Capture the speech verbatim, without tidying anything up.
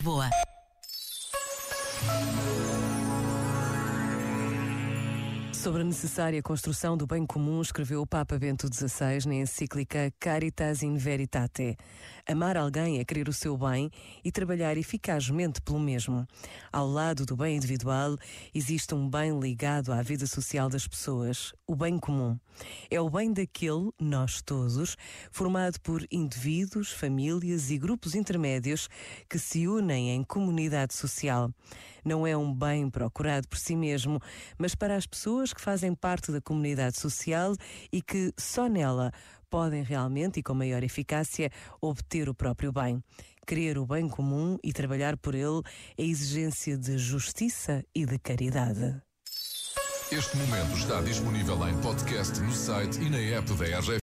Lisboa. Sobre a necessária construção do bem comum, escreveu o Papa Bento dezasseis na encíclica Caritas in Veritate. Amar alguém é querer o seu bem e trabalhar eficazmente pelo mesmo. Ao lado do bem individual, existe um bem ligado à vida social das pessoas, o bem comum. É o bem daquele, nós todos, formado por indivíduos, famílias e grupos intermédios que se unem em comunidade social. Não é um bem procurado por si mesmo, mas para as pessoas que fazem parte da comunidade social e que só nela podem realmente e com maior eficácia obter o próprio bem. Querer o bem comum e trabalhar por ele é exigência de justiça e de caridade. Este momento está disponível em podcast no site e na app da R G F.